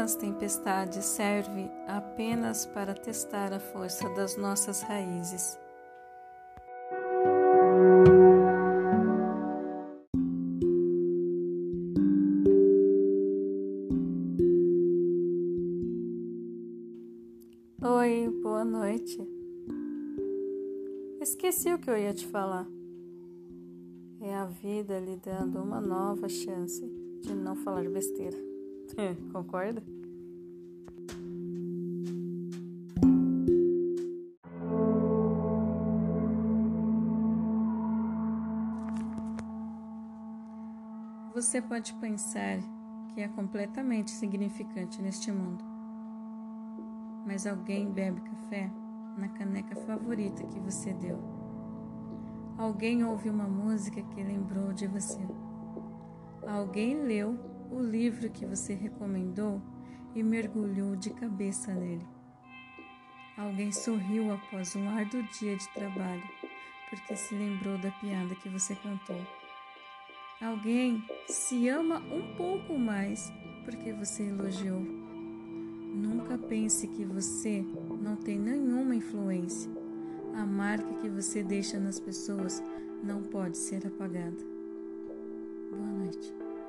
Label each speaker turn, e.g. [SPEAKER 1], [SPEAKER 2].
[SPEAKER 1] as tempestades servem apenas para testar a força das nossas raízes. Oi, boa noite. Esqueci o que eu ia te falar. É a vida lhe dando uma nova chance de não falar besteira. Concorda? Você pode pensar que é completamente insignificante neste mundo, mas alguém bebe café na caneca favorita que você deu. Alguém ouve uma música que lembrou de você. Alguém leu o livro que você recomendou e mergulhou de cabeça nele. Alguém sorriu após um árduo dia de trabalho, porque se lembrou da piada que você contou. Alguém se ama um pouco mais porque você elogiou. Nunca pense que você não tem nenhuma influência. A marca que você deixa nas pessoas não pode ser apagada. Boa noite.